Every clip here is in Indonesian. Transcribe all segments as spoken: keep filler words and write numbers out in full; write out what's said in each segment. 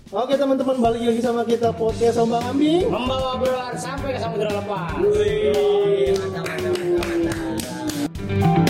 Oke teman-teman, balik lagi sama kita podcast Ombang Ambing, membawa obrolan sampai ke samudera lepas. Wih, mantap, mantap, mantap, mantap.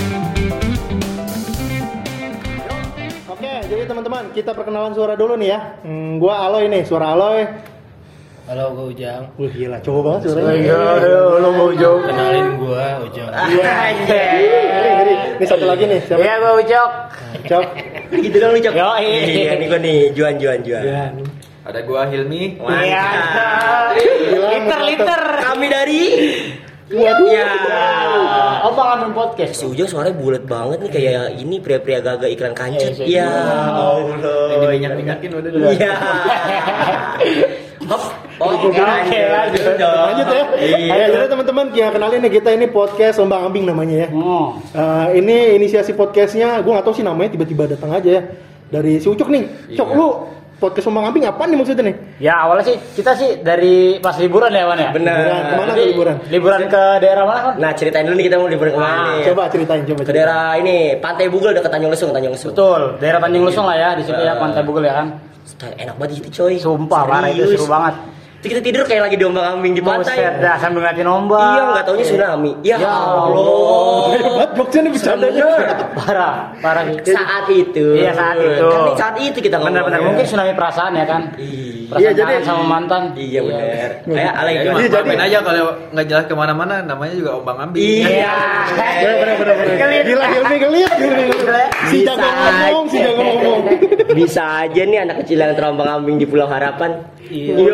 Oke, jadi teman-teman kita perkenalan suara dulu nih ya. Hmm, gua Aloy nih, suara Aloy. Halo, gue Ujang. Wih gila, cowok banget suaranya. Iya, halo mau Ujang. Kenalin gue Ujang. Iya. Ngeri, ngeri. Ini satu lagi nih, siapa? Iya, gue Ucok. Cok. Gitu dong lu, Cok. Yo, Iya, nih gue nih, Juan, Juan, Juan. Iya. Ada gua Hilmi. Iya. Gila, Liter, liter. Kami dari Waduh. ya. Obang Ambing podcast. Si Ujang suaranya bulat banget nih kayak ini pria-pria gagah iklan kancut. Iya, Iya. Allah. Ini minyak-minyakin udah dulu. Iya. Hop. Oke, Oke, lanjut dong. Lanjut ya. Iya. Ayo, jadi teman-teman, ya kenalin nih kita ini podcast Ombang Ambing namanya ya. Oh. Uh, ini inisiasi podcastnya, gue nggak tahu sih namanya, tiba-tiba datang aja ya dari si Ucok nih. Cok, Iya. lu podcast Ombang Ambing apaan nih maksudnya nih? Ya awalnya sih kita sih dari pas liburan ya Wan ya. Benar. Liburan, kemana Jadi, tuh liburan? Liburan ke daerah mana Wan? Nah, ceritain dulu nih kita mau liburan kemana Ah, nih. Coba ceritain, coba Ke ceritain. daerah ini, Pantai Bugel dekat Tanjung Lesung, Tanjung Lesung. Betul, daerah Tanjung Lesung lah ya di situ ya, Pantai Bugel ya kan. Enak banget di situ, coy. Sumpah parah itu Serius. seru banget. Itu kita tidur kayak lagi di ombang-ambing di pantai. Buset dah sambil ngeliatin ombak. Iya, nggak taunya tsunami. Ya, Ya Allah. Hebat, jokesnya nih bercandanya. Parah, parah sih. Saat itu. Iya, saat itu. Kan nih saat itu kita ngomong. Benar-benar mungkin tsunami perasaan ya kan. Iya. Perasaan Iya, jadi- kangen sama mantan. Iya benar. Kayak alay Jadi gimana? Iya, jadi- main aja kalau nggak jelas kemana-mana, namanya juga Ombang Ambing. Iya. Bener, bener, bener, bener. Gila, Hilmi ngeliat, Hilmi ngeliat. Si Bisa jago ngomong, si jago ngomong. Bisa aja nih anak kecil yang terombang-ambing di Pulau Harapan. Iya.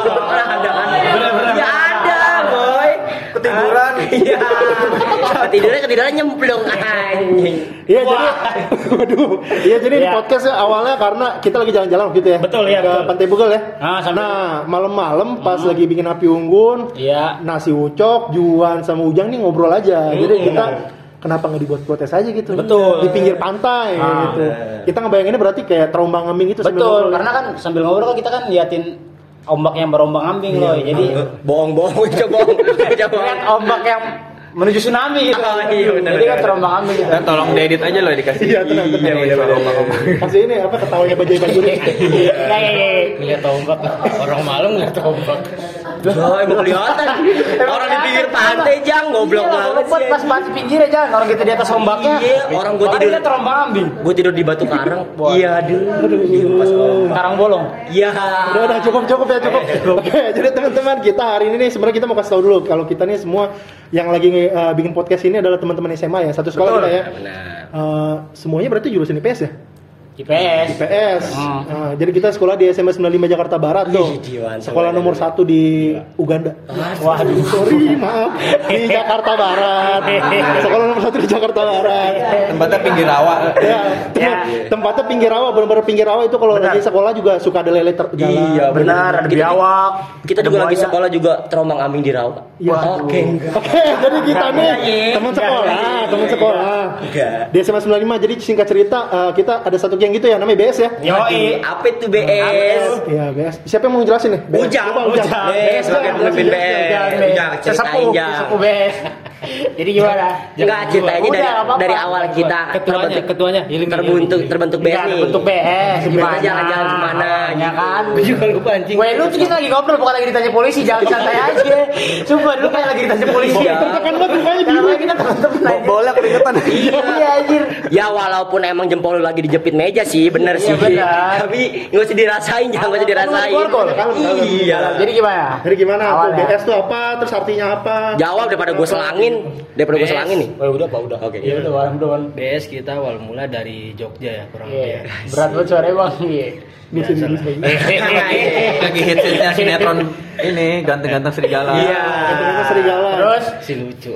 Ada kan? Bener-bener. Ya ada, boy. Ketiduran. Iya. Ketiduran ketiduran nyemplung anjing. Iya, jadi waduh. Iya, jadi ini Iya. podcastnya awalnya karena kita lagi jalan-jalan gitu ya. Betul, iya, Ke betul. Pantai Bugel ya. Ah, sambil- Nah, malam-malam pas lagi bikin api unggun, Iya. nasi Ucok, Juan sama Ujang nih ngobrol aja. Jadi Hmm. kita kenapa nggak dibuat protes aja gitu? Betul. Di pinggir pantai Ah, gitu. Kita ngebayanginnya berarti kayak terombang-ambing itu sambil Betul, ngobrol. karena kan sambil ngobrol kan kita kan liatin ombak yang berombang-ambing loh. Jadi Bohong-bohong, coba bohong. Coba. lihat ombak yang menuju tsunami gitu. Oh, iya, bener, Jadi kan bener. terombang-ambing gitu. Dan tolong diedit aja loh dikasih. Iya, tenang, tenang. Iya, bener-bener. Kasih ini apa ketawanya Bajai Bajuri. Nah, iya, iya. Lihat ombak orang malam lihat ombak. Ya, emang kelihatan. Orang di pinggir pantai, Jang, goblok Iya, banget goblok sih. pas pas di pinggir aja jangan orang kita di atas ombaknya. Iya, orang gua Orang tidur- kita terombang-ambing. Gue tidur di batu karang. Wah. Iya, aduh. Dihempas ombak. Karang bolong. Iya. Udah, udah cukup, cukup ya, cukup. Oke, jadi teman-teman kita hari ini nih sebenarnya kita mau kasih tahu dulu kalau kita nih semua yang lagi uh, bikin podcast ini adalah teman-teman S M A ya, satu sekolah kita ya. Benar. Uh, semuanya berarti jurusan I P S ya? I P S. I P S. Hmm. Nah, jadi kita sekolah di S M A sembilan puluh lima Jakarta Barat tuh. Ih, jiwaan, Sekolah coba. nomor satu di Uganda. Waduh. Sorry, maaf. Di Jakarta Barat. Sekolah nomor satu di Jakarta Barat. Tempatnya pinggir rawa. Ya, tempat, tempatnya pinggir rawa, benar-benar pinggir rawa itu kalau Benar. lagi sekolah juga suka ada lele ter- jalan. Iya, Benar, ada Kita- biawak. Kita ada juga lagi buaya. sekolah juga terombang-ambing di rawa. Iya. Oke, enggak. Oke, jadi kita nih Iya. teman sekolah, Enggak. teman sekolah. Enggak. Di S M A sembilan puluh lima, jadi singkat cerita eh, kita ada satu geng gitu ya, namanya B S ya. Yoi. Apa itu B S? Iya, B S. Siapa yang mau jelasin nih? B S. Ujang, Coba, Ujang. Ujang. B S sebagai pemimpin B S. Ujang, ceritain, Sesepuh, Jang. sesepuh B S. Jadi gimana? Enggak, ceritanya Udah, dari nggak apa-apa. dari awal kita Ketuanya, terbentuk ketuanya, Hilmi, terbentuk Hilmi. terbentuk B S Iya, nih. bentuk B S. Kita jalan-jalan kemana? Ya kan? Gue juga lupa anjing. Weh, lu tuh kita lagi ngobrol bukan lagi ditanya polisi, jangan santai aja. Sumpah lu kayak lagi ditanya polisi. Iya. Tertekan banget mukanya Karena biru. kita teman-teman aja. Bola keringetan. Iya anjir. Ya walaupun emang jempol lu lagi dijepit meja sih, bener Iya, sih. benar. Tapi nggak usah dirasain, jangan nggak usah dirasain. Kan lu gol. Iya. Jadi gimana? Jadi gimana tuh Awalnya. B S tuh apa? Terus artinya apa? Jawab daripada gue selangin, daripada gue B S. selangin nih. Oh, udah Pak, udah. Oke. Iya udah, Wan, udah, Wan. B S kita awal mula dari Jogja ya kurang lebih. Iya. ya. Berat banget suaranya, Bang. Iya. Bisa Biasa bisa. lah. Lagi hitsnya sinetron ini ganteng-ganteng serigala. Iya. Itu serigala. Terus Si lucu.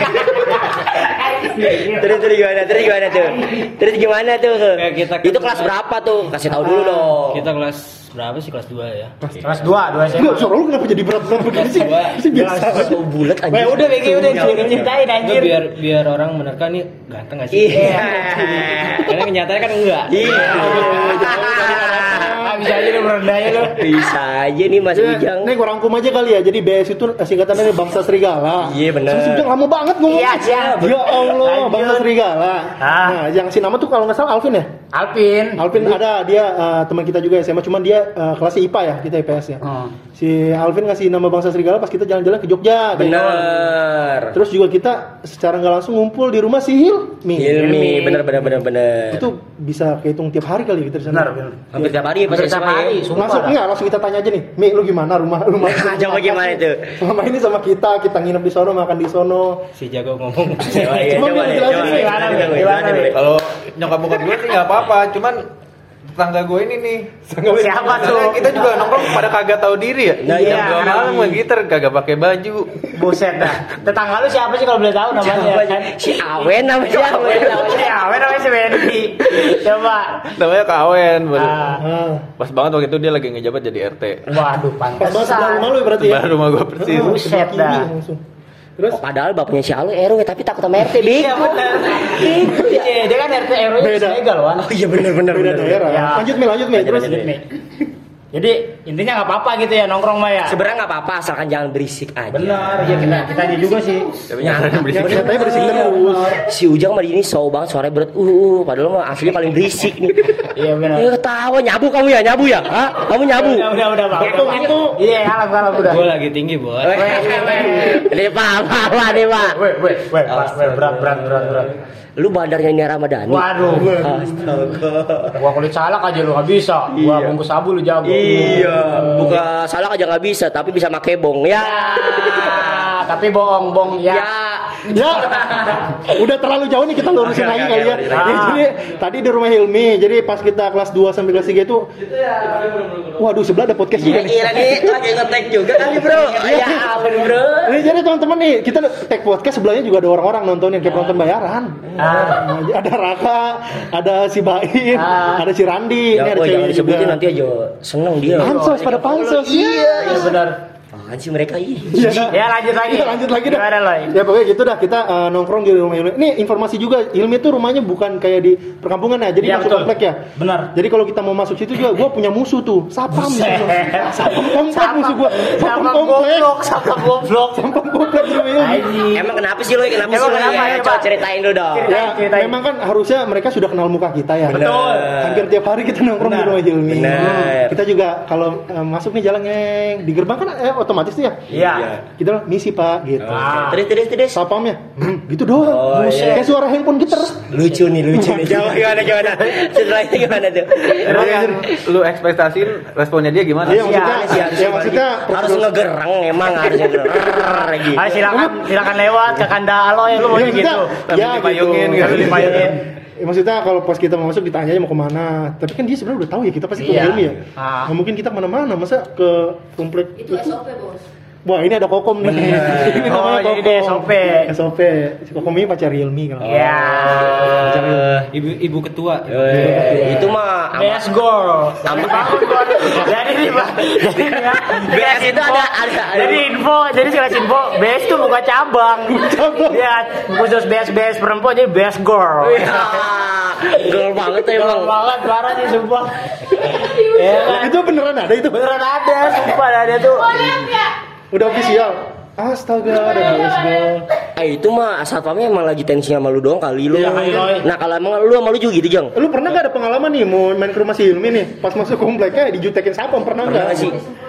Terus terus gimana? Terus gimana tuh? Terus gimana tuh? Kayak kita kan- Itu kelas berapa tuh? Kasih tahu dulu dong. Kita kelas berapa sih? Kelas dua ya. kelas dua, dua S M A. Enggak, suara lu kenapa jadi berat-berat begini sih? Sih biasa. So bulat anjing. Weh, udah Begi, udah cerita ceritain Enggak, anjir. biar biar orang menerka nih ganteng gak sih? Iya. Karena kenyataannya kan enggak. Iya. Ah, bisa aja lu merendahnya lu. Bisa aja nih Mas Ya, Ujang. nih gue rangkum aja kali ya. Jadi B S itu singkatan dari Bangsa Serigala. Iya, bener. Terus Ujang lama banget ngomong. Iya, siap. Ya Allah, Lanjut. Bangsa Serigala. Ah. Nah, yang si nama tuh kalau nggak salah Alvin ya. Alvin. Alvin ada dia uh, teman kita juga S M A, cuman dia uh, kelasnya I P A ya, kita I P S ya. Hmm. Si Alvin ngasih nama Bangsa Serigala pas kita jalan-jalan ke Jogja. kayak gitu. Bener. Terus juga kita secara nggak langsung ngumpul di rumah si Hilmi. Hilmi, bener bener bener bener. Itu bisa kehitung tiap hari kali kita di sana. Benar, benar. Hampir tiap hari pas Hampir tiap S M A hari, ya. sumpah Langsung dah. enggak, langsung kita tanya aja nih, Mi lu gimana rumah rumah? Coba gimana itu? Selama ini sama kita, kita nginep di sono, makan di sono. Si jago ngomong. Coba ya, Cuma coba dia deh, jelasin coba nih, deh. gimana, Mi? Gimana, Gimana, Mi? Mi? Kalau nyokap bokap gue sih nggak apa-apa, cuman tetangga gue ini nih. Siapa tuh? Karena kita juga nongkrong pada kagak tahu diri ya. Nah, iya. Jam dua malam nggak gitar, kagak pakai baju. Buset dah. Tetangga lu siapa sih kalau boleh tahu namanya? Coba Kan? si Awen namanya Awen. Ya, apa namanya si Wendy? Coba. Namanya Kawen. baru. Ah. Ah, Pas banget waktu itu dia lagi ngejabat jadi R T. Waduh, pas banget sebelah rumah pantesan. lu ya berarti ya. Sebelah rumah gue persis. Oh, Buset sebelah kiri dah. langsung. Terus Oh, padahal bapaknya si Alo R W tapi takut sama R T Iya bego. benar. Itu ya. Dia kan R T R W Beda. legal, Wan. Oh iya bener bener beda bener. daerah. Ya. Lanjut Mi, lanjut Mi. Lanjut, Terus lanjut, Mi. Jadi intinya nggak apa-apa gitu ya nongkrong mah ya. Sebenarnya nggak apa-apa asalkan jangan berisik aja. Benar, ya kita kita aja juga sih. Tapi nyara berisik. ya, katanya berisik terus. Si Ujang mah di ini show banget suaranya berat. Uh, uh, padahal mah aslinya paling berisik nih. Iya benar. Eh, ketawa nyabu kamu ya, nyabu ya? Hah? Kamu nyabu? Udah udah udah bang. Itu itu. Iya kalap kalap udah. Gue lagi tinggi bos. Ini Pak, Pak, Pak, nih Pak. Weh weh weh berat berat berat berat berat. Lu bandarnya ini Ramadhani. Waduh. Astaga. Gua kulit salak aja lu nggak bisa. Gua Iya. bungkus sabu lu jago. Iya, buka salah aja nggak bisa, tapi bisa make bong ya. Ah, tapi bohong bohong ya. Ya. Ya, udah terlalu jauh nih kita lurusin Oke, lagi oke, kali ya. oke, oke. Ya, jadi tadi di rumah Hilmi, jadi pas kita kelas dua sampai kelas tiga itu, waduh sebelah ada podcast juga Iya, nih. iya nih lagi nge-tag juga kali bro. Ya ampun bro. Ini jadi teman-teman nih, kita take podcast sebelahnya juga ada orang-orang nontonin kayak penonton bayaran. Ah. Nah, ada Raka, ada si Baim, Ah. ada si Randi, ini Ya, ada oh, jangan cewek disebutin juga. nanti aja seneng dia. Pansos pada pansos. Iya, Iya benar. apaan sih mereka ini? Iya. Ya lanjut lagi. Ya, lanjut lagi dah. Gimana Loy? Ya pokoknya gitu dah kita uh, nongkrong di rumah Hilmi. Ini informasi juga, Hilmi tuh rumahnya bukan kayak di perkampungan ya, jadi Iya, masuk betul. komplek ya. Benar. Jadi kalau kita mau masuk situ juga, gue punya musuh tuh, sapam gitu. Buset. Sapam komplek musuh gue, sapam Sama komplek, goblok, sama goblok. sapam komplek di rumah Hilmi. Anjing. Emang kenapa sih lo? Kenapa Emang sih lo? kenapa, Ya, coba? coba ceritain dulu dong. Ceritain. Ya, Ceritain. memang kan harusnya mereka sudah kenal muka kita ya. Betul. Hampir tiap hari kita nongkrong di Benar. rumah Hilmi. Benar. Kita juga kalau uh, masuk nih jalan ngeng di gerbang kan eh, otomatis tuh ya. Iya. Kita bilang, misi pak gitu. Ah. Terus terus terus. Sapamnya, hmm, gitu doang. Oh, Buset. iya. Kayak suara handphone gitar. Lucu nih, lucu nih. Coba gimana gimana? Setelah itu gimana tuh? Terus yang lu ekspektasiin responnya dia gimana? Iya maksudnya, Iya, sih, harus ya maksudnya harus ngegereng emang harus ngegereng lagi. Ayo silakan silakan lewat ke kanda Aloy lu maunya Ya, maksudnya, gitu. Sambil ya dipayungin, gitu. sambil dipayungin. Ya, maksudnya kalau pas kita mau masuk ditanya aja mau kemana, tapi kan dia sebenarnya udah tahu ya kita pasti ke Iya. Hilmi ya. Ah. Nggak mungkin kita kemana-mana, masa ke komplek Itu S O P bos. Wah ini ada Kokom nih. Ini Oh, namanya jadi dia S O P. S O P. Si Kokom ini pacar Hilmi kalau. Iya. Pacar Hilmi. Ibu ibu ketua. Eh, itu mah B S Girl. Sama- Bangun gua. Jadi nih, Pak. Jadi nih ya. B S itu ada- ada- ada- Jadi info, jadi jelas info, B S tuh buka cabang. Iya, khusus B S B S perempuan jadi B S Girl. Wah, gel banget tuh Emang emang. banget parah sih sumpah. Iya kan? Itu beneran ada itu. Beneran ada, sumpah ada tuh. Udah official. Astaga, ada B S girl. Eh itu mah satpamnya emang lagi tensi sama lu doang kali lu. Iya, kali. Nah kalau emang lu sama lu juga gitu Jang. Lu pernah gak ada pengalaman nih mau main ke rumah si Hilmi nih? Pas masuk kompleknya dijutekin sapam, pernah Pernah nggak? nggak sih?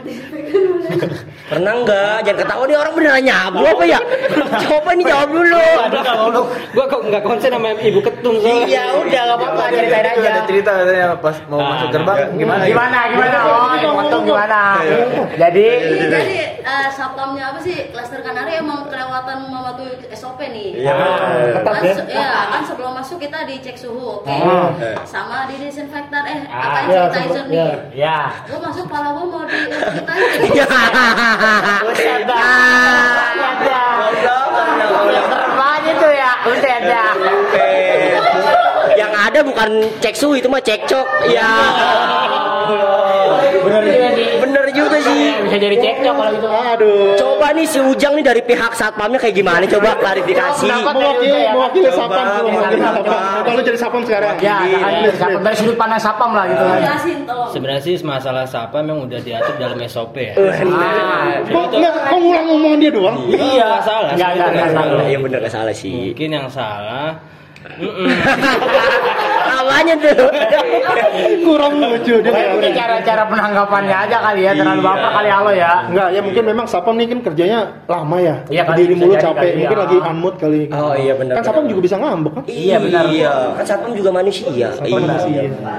Pernah nggak? Jangan ketawa dia orang beneran nyabu apa ya? Coba nih jawab dulu. Gua kok nggak konsen sama ibu ketum soalnya. Iya udah nggak apa-apa ceritain Itu aja. ada cerita katanya pas mau Ah, masuk gerbang gimana? ya? Gimana gimana? Oh, yang untung gimana? Jadi Jadi eh, satpamnya apa sih? Klaster Kanari emang kelewatan mematuhi S O P nih. Iya. Kan, se- ya, kan sebelum masuk kita dicek suhu, oke. Sama di disinfektan eh apa ya, sanitizer sempet, nih. ya. Gue masuk pala gue mau di sanitizer. Ya. Buset dah. Buset dah. Serem aja tuh ya. Buset dah. Yang ada bukan cek suhu itu mah cekcok. Ya. Bener juga nih. Bener juga sih. bisa jadi cekcok kalau gitu. Aduh. Coba nih si Ujang nih dari pihak satpamnya kayak gimana? Coba klarifikasi. Mewakili mewakili sapam Coba, tuh, mewakili coba. sapam. Kalau jadi sapam sekarang. Ya, kan sapam dari sudut pandang sapam lah gitu kan. Jelasin tolong. Sebenarnya sih masalah sapam memang udah diatur dalam S O P ya. Nah, Kok enggak kok ngulang ngomongan dia doang? Iya, nggak salah. Nggak, nggak, nggak salah. Iya bener gak salah sih. Mungkin yang salah. Namanya tuh. Kurang lucu dia. Kayak mungkin cara-cara penanggapannya aja kali ya, terlalu Iya. baper kali halo ya. Enggak, ya mungkin memang sapam nih kan kerjanya lama ya. Iya, kali Berdiri bisa mulu jadi capek, kali, mungkin iya. lagi unmood kali. Oh iya benar. Kan sapam juga bisa ngambek kan? Iya, benar. Iya, kan satpam juga manusia. Sapam Iya. manusia.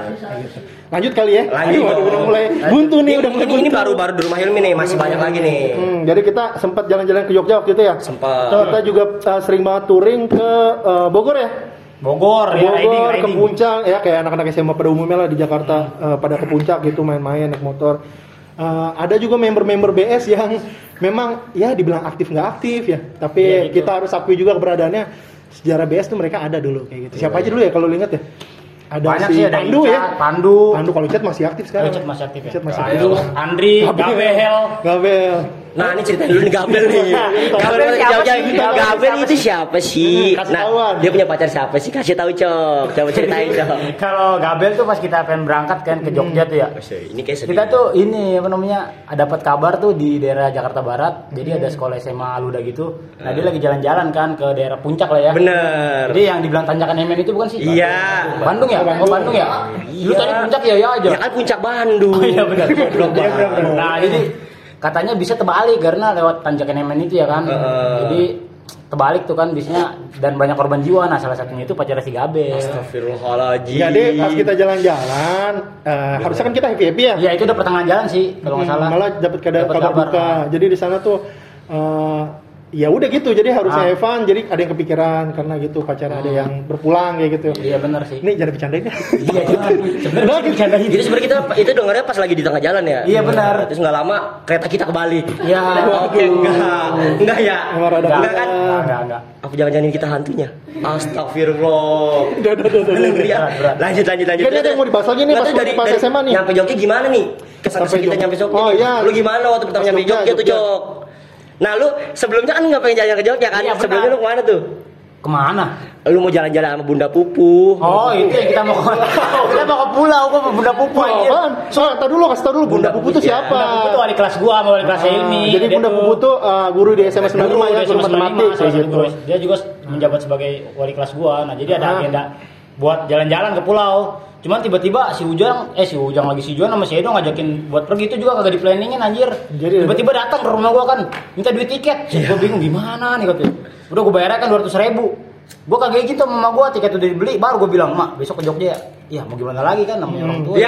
Lanjut kali ya. Lanjut. Aduh, aduh, udah mulai buntu nih, udah mulai Ini, ini buntu. baru-baru di rumah Hilmi nih, masih banyak lagi nih. Hmm, jadi kita sempat jalan-jalan ke Jogja waktu itu ya. Sempat. Kita juga uh, sering banget touring ke uh, Bogor ya. Bogor, ya, riding, Bogor ke riding. puncak ya, kayak anak-anak S M A pada umumnya lah di Jakarta uh, pada ke puncak gitu main-main naik motor. Uh, ada juga member-member B S yang memang ya dibilang aktif nggak aktif ya, tapi Iya, gitu. kita harus akui juga keberadaannya. Sejarah B S tuh mereka ada dulu kayak gitu. Siapa aja dulu ya kalau lu ingat ya? Ada Banyak si sih, ada Pandu Ica, ya. Pandu. Pandu kalau Icat masih aktif sekarang. Icat masih aktif ya. Icat masih Pandu, aktif. Andri, Gabel. Gabel. Nah ini ceritain dulu nih Gabel nih. Gabel siapa jauh-jauh. sih? Gabel, Gabel itu siapa sih? Hmm, kasih Nah tahuan. dia punya pacar siapa sih? Kasih tahu Cok. Coba ceritain Cok. Kalau Gabel tuh pas kita pengen berangkat kan ke Jogja tuh ya. Ini kayak sedih. Kita tuh ini apa namanya dapat kabar tuh di daerah Jakarta Barat. Jadi ada sekolah S M A Aluda gitu. Nah dia lagi jalan-jalan kan ke daerah puncak lah ya. Bener. Jadi yang dibilang tanjakan Emen itu bukan sih? Iya. Bandung ya? Oh Bandung ya? Lu tadi puncak ya ya aja. Ya kan puncak Bandung. Oh iya benar. Goblok banget. Nah jadi katanya bisa terbalik karena lewat tanjakan Emen itu ya kan. Heeh. Jadi terbalik tuh kan bisnya dan banyak korban jiwa. Nah salah satunya itu pacar si Gabel. Astagfirullahaladzim. Jadi pas kita jalan-jalan, uh, harusnya kan kita happy happy ya. Ya itu udah pertengahan jalan sih kalau nggak Hmm, salah. Malah dapat kabar, Dapat kabar kabar. duka. Jadi di sana tuh uh, ya udah gitu. Jadi harusnya Ah. Evan, jadi ada yang kepikiran karena gitu pacar ada yang berpulang kayak gitu. Iya benar sih. Ini jangan bercandain ya. Iya jangan. Sebenarnya bercandain. Jadi sebenarnya kita itu dengarnya pas lagi di tengah jalan ya. Iya, benar. Terus nggak lama kereta kita kebalik. Iya. Oke enggak. Enggak ya. Emang rada Enggak kan? Enggak, enggak, enggak. Apa jangan-jangan kita hantunya? Astagfirullah. Udah, udah, udah, udah. Ngeri ya. berat. Lanjut lanjut lanjut. Nggak, ada yang mau dibahas lagi nih Nggak pas tahu pas S M A nih. Nyampe Jogja gimana nih? Kesan Sampai kita Jogja. nyampe Jogja. Oh, iya. Lu gimana waktu pertama Pas nyampe Jogja, Jogja tuh, Jogja. Jok? Nah, lu sebelumnya kan nggak pengen jalan ke Jogja kan? Iya, benar. Sebelumnya lu kemana tuh? Kemana? Lu mau jalan-jalan sama Bunda Pupu. Oh itu yang kita mau ke kita mau ke pulau, gua mau Bunda Pupu Wah, anjir. apaan? Soalnya tadi dulu kasih tau dulu Bunda Pupu tuh Iya. siapa? Bunda Pupu tuh wali kelas gua sama wali kelas Ilmi. Ah, jadi Dia Bunda tuh Pupu tuh uh, guru di S M A sembilan puluh lima ya, guru matematik salah kayak satu gitu. guru. Dia juga menjabat sebagai wali kelas gua. Nah, jadi ada Ah. agenda buat jalan-jalan ke pulau. Cuman tiba-tiba si Ujang, eh si Ujang lagi si Juan sama si Edo ngajakin buat pergi itu juga kagak di planningin anjir. Jadi- Tiba-tiba datang ke rumah gua kan, minta duit tiket. Gua bingung gimana nih katanya. Udah gua bayarnya kan dua ratus ribu. Gua kagak gitu sama mama gua, tiket udah dibeli, baru gua bilang, "Mak, besok ke Jogja ya." Ya, mau gimana lagi kan namanya orang tua. Ya.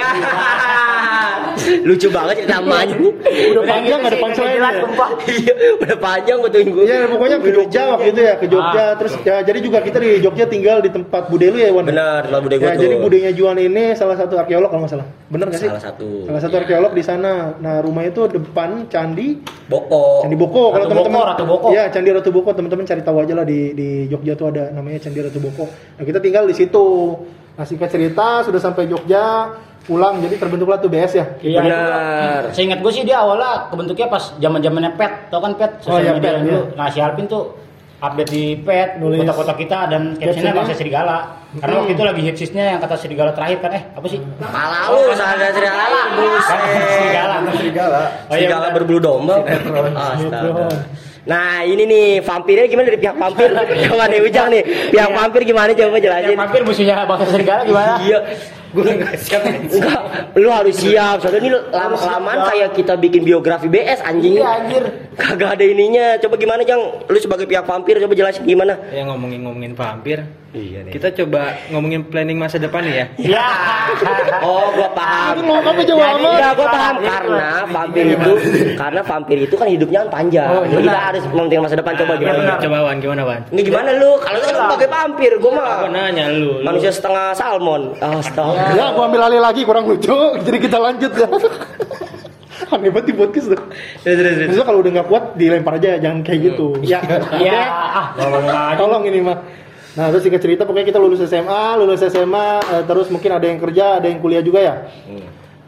Lucu banget cerita namanya nih. Udah panjang nggak ada punchline jelas, ya? sumpah. Iya, udah panjang gua tunggu. Iya, pokoknya ke Jogja waktu itu ya, ke Jogja. Terus ya, jadi juga kita di Jogja tinggal di tempat bude lu ya, Wan. Benar, tempat bude gua Ya, tuh. jadi budenya Juan ini salah satu arkeolog kalau nggak salah. Bener nggak sih? Salah satu. Salah satu arkeolog di sana. Nah, rumahnya itu depan candi Boko. Candi Boko. Kalau Ratu teman-teman Boko, Ratu Boko. Iya, Candi Ratu Boko. Teman-teman cari tahu aja lah di di Jogja tuh ada namanya Candi Ratu Boko. Nah, kita tinggal di situ. Nah, singkat cerita sudah sampai Jogja, pulang jadi terbentuklah tuh B S ya. Iya, Benar. itu. Seingat gue sih dia awalnya kebentuknya pas zaman-zamannya pet, tau kan pet? Oh, iya, Sosial media Pet, dulu. iya. Nah, si Alvin tuh update di pet, Nulis. foto-foto kita dan captionnya Captionnya? bangsa serigala. Karena waktu itu lagi hitsisnya yang kata serigala terakhir kan, eh apa sih? Malah lu sadar serigala. Kan serigala. Serigala. Oh, iya, Serigala benar. berbulu domba. Astaga. Nah ini nih vampirnya gimana dari pihak vampir? Coba nih Ujang nih, pihak vampir gimana coba jelasin. Yang mampir musuhnya bangsa serigala gimana? Iya, gue nggak siap. Enggak, lu harus siap. Soalnya ini lama kelamaan kayak kita bikin biografi B S anjing. Iya anjir. Kagak ada ininya. Coba gimana Jang? Lu sebagai pihak vampir coba jelasin gimana? Ya ngomongin-ngomongin vampir. Iya nih. Kita coba ngomongin planning masa depan nih ya. Ya. Oh, gua paham. Lo kamu jauh Jadi, amat. Iya, gua paham karena vampir itu karena vampir itu kan hidupnya kan panjang. Oh, Jadi benar. kita harus mementingkan masa depan. Coba gimana? benar. Coba Wan, gimana Wan? Ini gimana lu? Kalau lu kan sebagai vampir, gua mah Aku nanya lu. lu. manusia setengah salmon. Astaga. Ya, gua ambil alih lagi kurang lucu. Jadi kita lanjut ya. Aneh banget di podcast tuh. Terus, terus, terus. Maksudnya kalau udah nggak kuat dilempar aja, jangan kayak gitu. Ya, Iya. Ah, tolong aja. tolong ini mah. Nah, terus singkat cerita pokoknya kita lulus S M A, lulus S M A, eh, terus mungkin ada yang kerja, ada yang kuliah juga ya.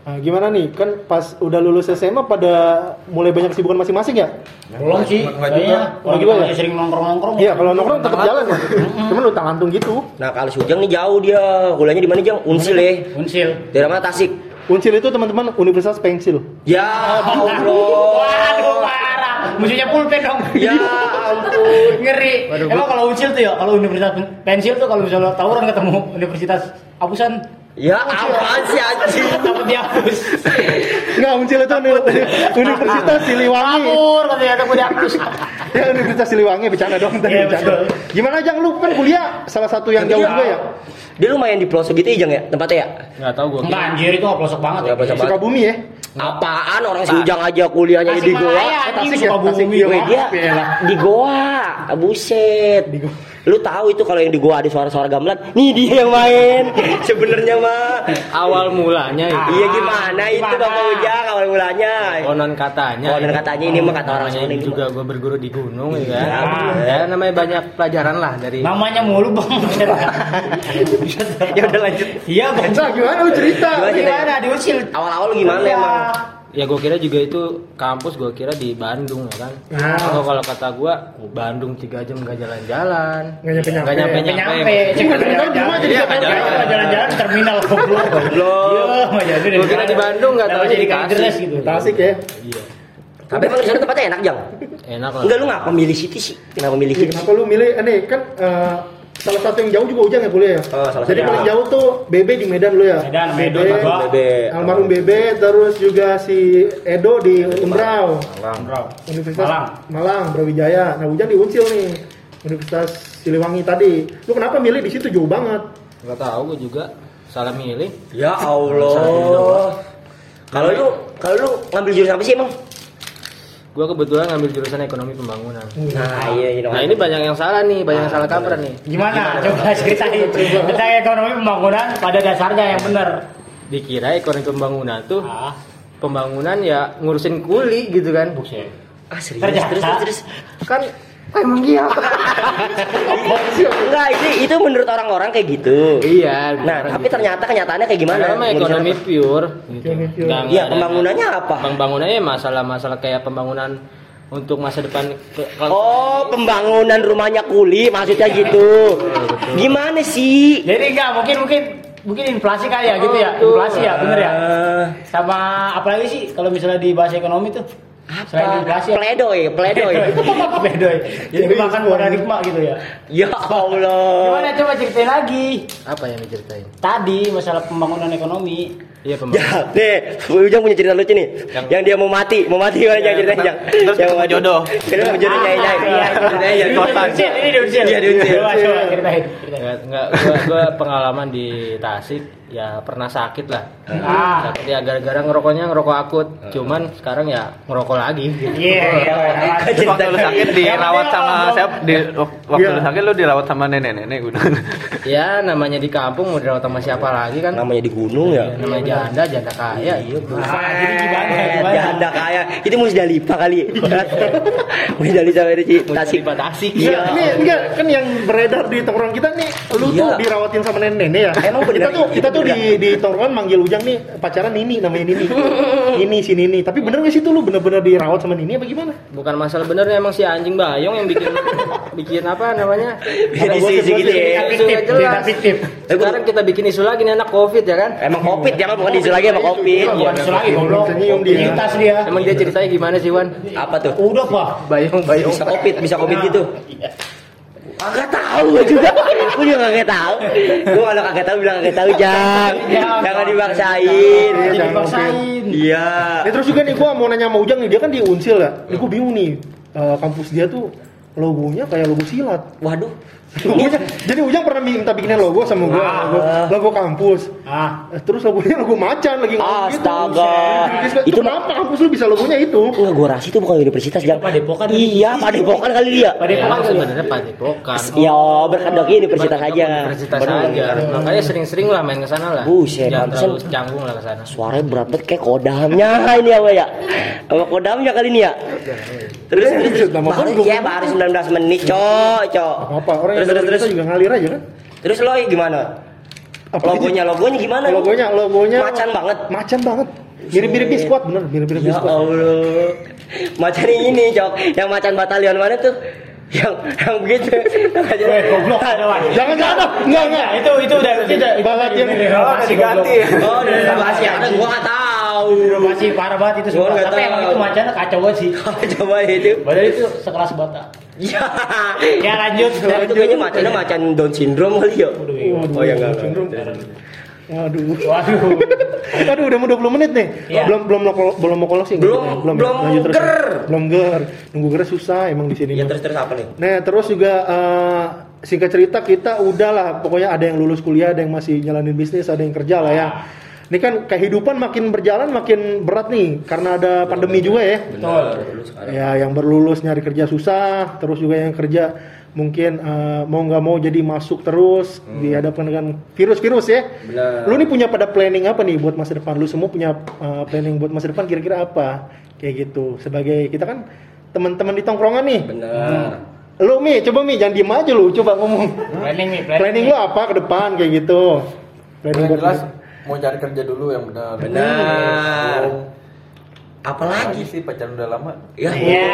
Nah, gimana nih? Kan pas udah lulus S M A pada mulai banyak kesibukan masing-masing ya? Belum sih, Enggak juga. kayaknya. Oh, Kalau juga kita ya? masih sering nongkrong-nongkrong. Iya, kalau nongkrong tetap jalan kan. Cuman lu tangantung gitu. Nah, kalau si Ujang nih jauh dia. Kuliahnya di mana, Jang? Unsil ya. Unsil. Daerah mana? Tasik. Uncil itu teman-teman Universitas Pensil. Ya Allah. Waduh, parah. Musuhnya pulpen dong. Ya ampun. Ngeri. Emang kalau Unsil tuh ya, kalau Universitas Pensil tuh kalau misalnya tawuran ketemu Universitas Apusan, Ya apaan sih anjing? takut dihapus. Enggak, Uncil itu uni- Universitas Siliwangi. Kabur katanya takut dihapus. Ya Universitas Siliwangi, bercanda dong tadi Iya, bercanda. betul. Gimana Jang, lu kan kuliah salah satu yang jauh Iya. juga ya? Dia lumayan di pelosok gitu ya, Jang ya? Tempatnya ya? Nggak tahu gue. Enggak anjir itu pelosok banget. Nggak pelosok banget. Sukabumi ya? Apaan orang si Ujang aja kuliahnya di Goa? Tasikmalaya anjing Tasik ya? Tasik. Sukabumi. Iya, Weh, dia maaf ya lah. di Goa. Buset. Lu tahu itu kalau yang di Goa ada suara-suara gamelan, nih dia yang main. Sebenarnya mah Awal mulanya itu. iya gimana itu Gimana? Bapak Ujang awal mulanya? Konon katanya. Konon katanya ini mah kata orang Namanya sana ini ini juga gue berguru di gunung ya. Ya, kan? bener. Ya namanya banyak pelajaran lah dari. Namanya mulu Bang. Ya udah lanjut. Iya Bang. Nah, gimana lu cerita? Gimana? Gimana di Unsil? Awal-awal lu gimana emang? Ya gue kira juga itu kampus gue kira di Bandung ya kan. Nah. Atau kalau kata gue Bandung tiga jam gak jalan-jalan. Nggak nyampe-nyampe. Nggak nyampe-nyampe. Nyampe, cek jalan-jalan jadi Iya, jalan-jalan. jalan-jalan jalan-jalan terminal goblok. Goblok. Iya, mah jadi Gua kira di Bandung, nggak tahu jadi di kayak Tasik. deres gitu. Tasik ya. Iya. Tapi emang di sana tempatnya enak, Jang? Enak lah. Enggak, lu ngapa milih situ sih? Kenapa milih Iya, situ? kenapa lu milih ini kan eh, salah satu yang jauh juga Ujang ya kuliah ya? Oh, salah Jadi satu. paling jauh tuh B B di Medan lu ya? Medan, Medan, B B, Baba. B B. almarhum B B, terus juga si Edo di Unbrau, Bro. Universitas Malang. Malang, Brawijaya. Nah Ujang di Uncil nih, Universitas Siliwangi tadi. Lu kenapa milih di situ jauh banget? Gak tahu gue juga salah milih. Ya Allah. Kalau lu kalau lu ngambil jurusan apa sih emang? Gue kebetulan ngambil jurusan ekonomi pembangunan. Nah, iya iya. Nah ini banyak yang salah nih, banyak yang salah kaprah nih. Gimana? Coba ceritain. Tentang ekonomi pembangunan pada dasarnya yang benar. Dikira ekonomi pembangunan tuh Ah, pembangunan ya ngurusin kuli gitu kan. buset. Ah, serius. Ternyata. Terus terus terus. Kan emang iya. Enggak, itu itu menurut orang-orang kayak gitu. Iya. Nah, tapi ternyata kenyataannya kayak gimana? Karena mah ekonomi pure. Gitu. Ekonomi pure. Nggak- Iya, nggak ada- pembangunannya apa? Pembangunannya masalah-masalah kayak pembangunan untuk masa depan. ke- kalau- Oh, pembangunan rumahnya kuli maksudnya gitu. Gimana sih? Jadi enggak mungkin mungkin mungkin inflasi kali ya gitu ya. Oh, Inflasi ya, bener ya? Eh, Sama apalagi sih kalau misalnya di bahasa ekonomi tuh? Selain inflasi ya. Pledoi, pledoi. Pledoi. Jadi makan paradigma gitu ya. Ya Allah. Gimana coba ceritain lagi. Apa yang diceritain? Tadi masalah pembangunan ekonomi. Iya pembangunan. Ya, nih, Ujang punya cerita lucu nih. Yang, Yang- dia mau mati, mau mati gimana Jang ceritain Jang? Terus Yang mau ketemu mati. jodoh. Kita mau jodoh nyai nyai. Iya, Ceritanya Ini Jang. di Unsil, ini di Unsil. Iya, di Unsil. Coba coba ceritain. ceritain. Enggak, enggak gua, gua pengalaman di Tasik ya pernah sakit lah. Ah. Sakit ya gara-gara ngerokoknya ngerokok akut. Cuman sekarang ya ngerokok lagi. Iya, iya. Terus waktu lu sakit dirawat sama siapa? Di waktu Iya. lu sakit lu dirawat sama nenek-nenek gitu. Ya namanya di kampung mau dirawat sama siapa lagi kan? Namanya di gunung ya. Namanya janda, janda kaya. Iya, bro. Ah, jadi gimana? Gimana? Janda kaya. Itu Musdalifah kali. Musdalifah dari Tasik. Tasik. Tasik. Iya. Enggak, ini enggak kan yang beredar di tongkrongan kita nih, lu Iya. tuh dirawatin sama nenek-nenek ya. Emang kita bener, tuh kita tuh bener. di di tongkrongan manggil Ujang nih pacaran Nini namanya Nini. Nini si Nini. Tapi bener gak sih tuh lu bener-bener dirawat sama Nini apa gimana? Bukan masalah benernya emang si anjing Bayong yang bikin bikin apa namanya? Bikin isu-isu gitu ya. Isu nggak Fiktif, jelas. fiktif. Sekarang kita bikin isu lagi nih anak Covid ya kan? Emang Covid ya, bukan diisi lagi sama Covid. Bukan isu lagi goblok. Senyum dia. Lintas dia. Emang dia ceritanya gimana sih Wan? Apa tuh? Udah, Pak. Bayong Bayong. Bisa Covid, bisa Covid gitu. Kagak tahu gue juga. Gue juga kagak tahu. Gue kalau kagak tahu bilang kagak tahu, Jang. Jangan dibaksain. Iya, jangan Dipaksain. Iya. Ya terus juga nih gua mau nanya sama Ujang nih, dia kan di Unsil ya. Ini gua bingung nih. eh, kampus dia tuh logonya kayak logo silat. Waduh. Logonya, jadi Ujang pernah minta bikinin logo sama gua, logo, logo kampus. Ah. Eh, Terus logonya logo macan lagi ngomong gitu. Astaga. Itu Itu kenapa kampus lu bisa logonya itu? Enggak, gua rasa itu bukan universitas, Jang. Padepokan. Iya, Padepokan kali dia. Padepokan Ya, kali ya? sebenarnya Padepokan. Ya, berkedoknya universitas aja. Universitas Bener. aja. Makanya sering-sering lah main ke sana lah. Buset, Jangan pantesan. terlalu canggung lah ke sana. Suaranya berat banget kayak kodamnya ini apa ya? Apa kodamnya kali ini ya? Terus Eh, terus terus nama baru gua ya baru sembilan belas menit, cok, cok. Apa orang Terus yang terus terus juga ngalir aja kan? terus lo gimana? Apa Logonya, logonya gimana? Logonya, logonya Macan banget. Macan banget. Mirip-mirip biskuit bener, mirip-mirip Ya biskuit. Allah. Macan ini, Cok. Yang macan batalion mana tuh? Yang yang begitu. Weh, goblok ada Wan. Jangan jangan, enggak enggak. Itu itu udah itu udah Balat yang renovasi diganti. Oh, udah renovasi ada gua enggak tahu. Renovasi parah banget itu Gua semua. nggak Tapi emang tahu. itu macannya kacau banget sih. Coba itu. Padahal itu sekelas bata. Ya. Ya lanjut. Nah, itu kayaknya macannya macan Down syndrome kali ya. Oh ya enggak. Waduh. Waduh. Waduh, udah mau dua puluh menit nih. Iya. Belum belum mau belum mau closing. Belum- ya? belum Lanjut terus. ger. Belum ger. Nunggu ger susah emang di sini. Ya mah. terus terus apa nih? Nah, terus juga eh, singkat cerita kita udahlah pokoknya ada yang lulus kuliah, ada yang masih jalanin bisnis, ada yang kerja lah ya. Ini kan kehidupan makin berjalan makin berat nih karena ada pandemi juga ya. Betul. Ya, yang berlulus nyari kerja susah, terus juga yang kerja mungkin eh, mau nggak mau jadi masuk terus dihadapkan dengan virus-virus ya. Benar. Lu nih punya pada planning apa nih buat masa depan? Lu semua punya eh, planning buat masa depan kira-kira apa? Kayak gitu. Sebagai kita kan teman-teman di tongkrongan nih. Benar. Lu Mi, coba Mi jangan diem aja lu, coba ngomong. Planning nih, Planning lu apa ke depan kayak gitu? Planning Yang buat jelas mau cari kerja dulu yang benar. Benar. Belum. Apalagi Lagi sih pacaran udah lama. Ya. Iya.